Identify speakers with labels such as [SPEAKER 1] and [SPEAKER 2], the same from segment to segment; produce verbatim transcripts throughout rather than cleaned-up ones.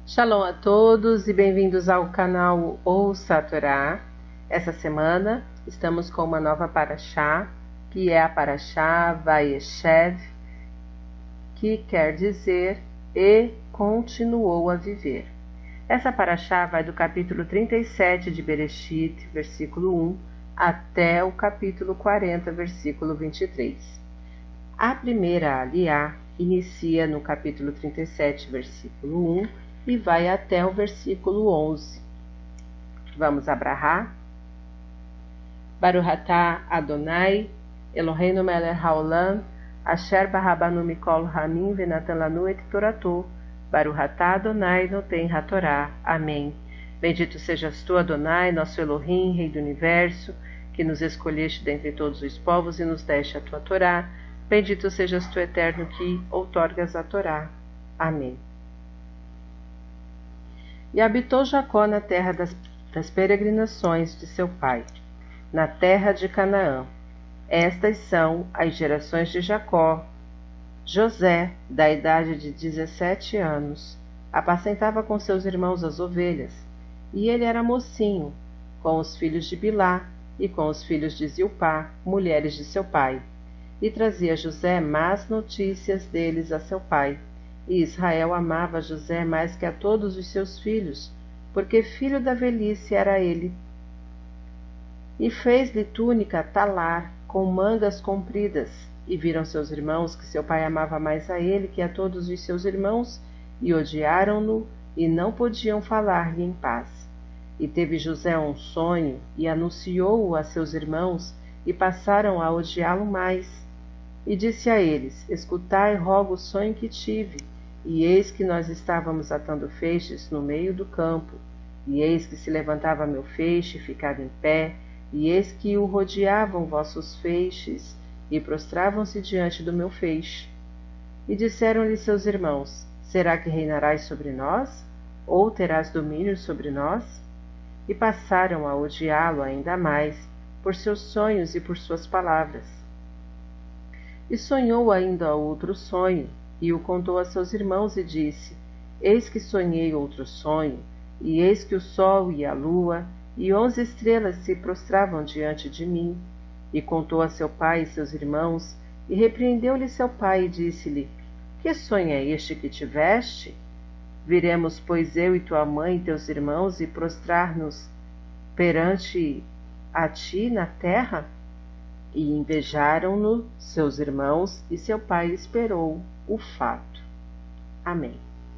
[SPEAKER 1] Shalom a todos e bem-vindos ao canal Ouça a Torá. Essa semana estamos com uma nova paraxá, que é a paraxá Vayeshev, que quer dizer e continuou a viver. Essa paraxá vai do capítulo trinta e sete de Bereshit, versículo um, até o capítulo quarenta, versículo vinte e três. A primeira aliá inicia no capítulo trinta e sete, versículo um, e vai até o versículo onze. Vamos abrahar? Baruch atah Adonai, Eloheinu melech haolam, asher barabanu mikol hamim venatan lanu et toratou, Baruch atah Adonai noten hatorá. Amém. Bendito sejas tu, Adonai, nosso Elohim, Rei do Universo, que nos escolheste dentre todos os povos e nos deste a tua Torá. Bendito sejas tu, Eterno, que outorgas a Torá. Amém. E habitou Jacó na terra das, das peregrinações de seu pai, na terra de Canaã. Estas são as gerações de Jacó. José, da idade de dezessete anos, apacentava com seus irmãos as ovelhas, e ele era mocinho, com os filhos de Bilá e com os filhos de Zilpá, mulheres de seu pai. E trazia José más notícias deles a seu pai. E Israel amava José mais que a todos os seus filhos, porque filho da velhice era ele. E fez-lhe túnica talar, com mangas compridas. E viram seus irmãos que seu pai amava mais a ele que a todos os seus irmãos, e odiaram-no, e não podiam falar-lhe em paz. E teve José um sonho, e anunciou-o a seus irmãos, e passaram a odiá-lo mais. E disse a eles: Escutai, rogo, o sonho que tive. E eis que nós estávamos atando feixes no meio do campo, e eis que se levantava meu feixe e ficava em pé, e eis que o rodeavam vossos feixes, e prostravam-se diante do meu feixe. E disseram-lhe seus irmãos: Será que reinarás sobre nós? Ou terás domínio sobre nós? E passaram a odiá-lo ainda mais, por seus sonhos e por suas palavras. E sonhou ainda outro sonho, e o contou a seus irmãos e disse: Eis que sonhei outro sonho, e eis que o sol e a lua e onze estrelas se prostravam diante de mim. E contou a seu pai e seus irmãos, e repreendeu-lhe seu pai e disse-lhe: Que sonho é este que tiveste? Viremos, pois, eu e tua mãe e teus irmãos e prostrar-nos perante a ti na terra? E invejaram-no seus irmãos, e seu pai esperou o fato. Amém.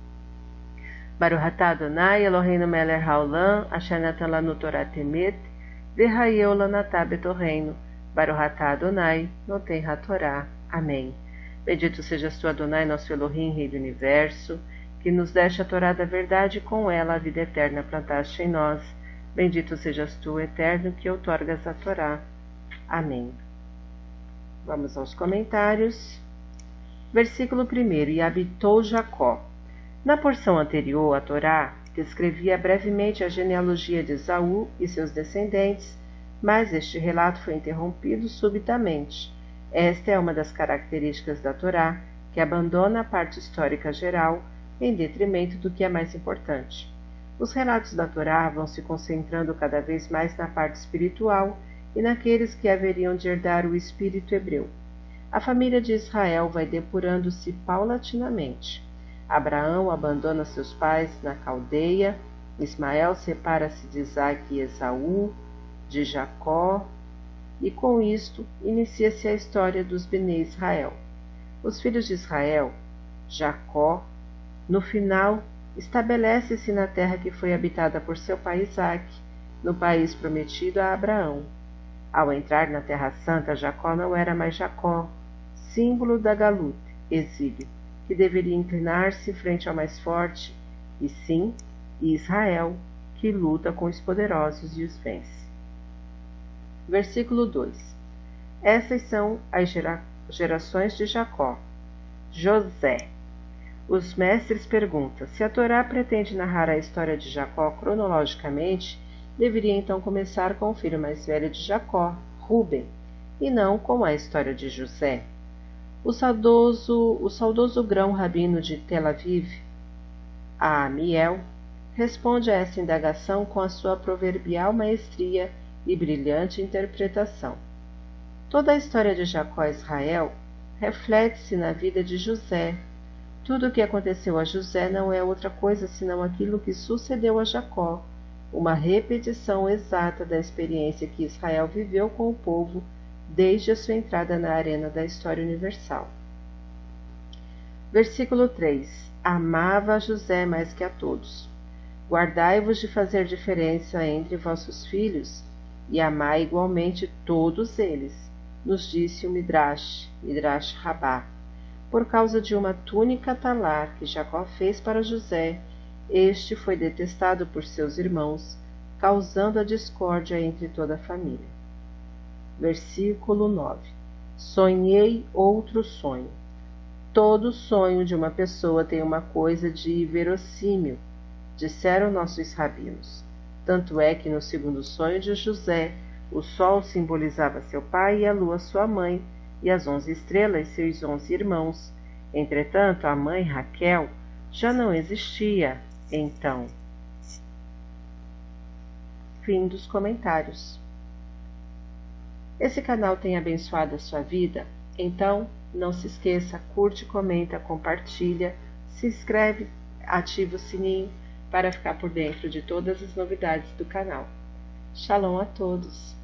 [SPEAKER 1] Baruch atah Adonai, Eloheinu melech haolam, asher natan lanu Torah temet, v'hayeu lanatah betorreinu, Baruch atah Adonai, noten hatorá. Amém. Bendito sejas tu, Adonai, nosso Elohim, Rei do Universo, que nos deste a Torá da verdade e com ela a vida eterna plantaste em nós. Bendito sejas tu, Eterno, que outorgas a Torá. Amém. Vamos aos comentários. Versículo primeiro. E habitou Jacó. Na porção anterior, a Torá descrevia brevemente a genealogia de Esaú e seus descendentes, mas este relato foi interrompido subitamente. Esta é uma das características da Torá, que abandona a parte histórica geral em detrimento do que é mais importante. Os relatos da Torá vão se concentrando cada vez mais na parte espiritual e naqueles que haveriam de herdar o espírito hebreu. A família de Israel vai depurando-se paulatinamente. Abraão abandona seus pais na Caldeia, Ismael separa-se de Isaque e Esaú, de Jacó, e com isto inicia-se a história dos Bnei Israel. Os filhos de Israel, Jacó, no final, estabelece-se na terra que foi habitada por seu pai Isaque, no país prometido a Abraão. Ao entrar na Terra Santa, Jacó não era mais Jacó, símbolo da Galut, exílio, que deveria inclinar-se frente ao mais forte, e sim Israel, que luta com os poderosos e os vence. Versículo dois. Essas são as gera gerações de Jacó. José. Os mestres perguntam: se a Torá pretende narrar a história de Jacó cronologicamente, deveria então começar com o filho mais velho de Jacó, Ruben, e não com a história de José. O saudoso, o saudoso grão rabino de Tel Aviv, a Amiel, responde a essa indagação com a sua proverbial maestria e brilhante interpretação. Toda a história de Jacó e Israel reflete-se na vida de José. Tudo o que aconteceu a José não é outra coisa senão aquilo que sucedeu a Jacó, uma repetição exata da experiência que Israel viveu com o povo desde a sua entrada na arena da história universal. Versículo três. Amava a José mais que a todos. Guardai-vos de fazer diferença entre vossos filhos, e amai igualmente todos eles, nos disse o Midrash, Midrash Rabá. Por causa de uma túnica talar que Jacó fez para José, este foi detestado por seus irmãos, causando a discórdia entre toda a família. Versículo nove. Sonhei outro sonho. Todo sonho de uma pessoa tem uma coisa de verossímil, disseram nossos rabinos. Tanto é que no segundo sonho de José, o sol simbolizava seu pai e a lua sua mãe, e as onze estrelas seus onze irmãos. Entretanto, a mãe Raquel já não existia, então. Fim dos comentários. Esse canal tem abençoado a sua vida? Então, não se esqueça, curte, comenta, compartilha, se inscreve, ativa o sininho para ficar por dentro de todas as novidades do canal. Shalom a todos!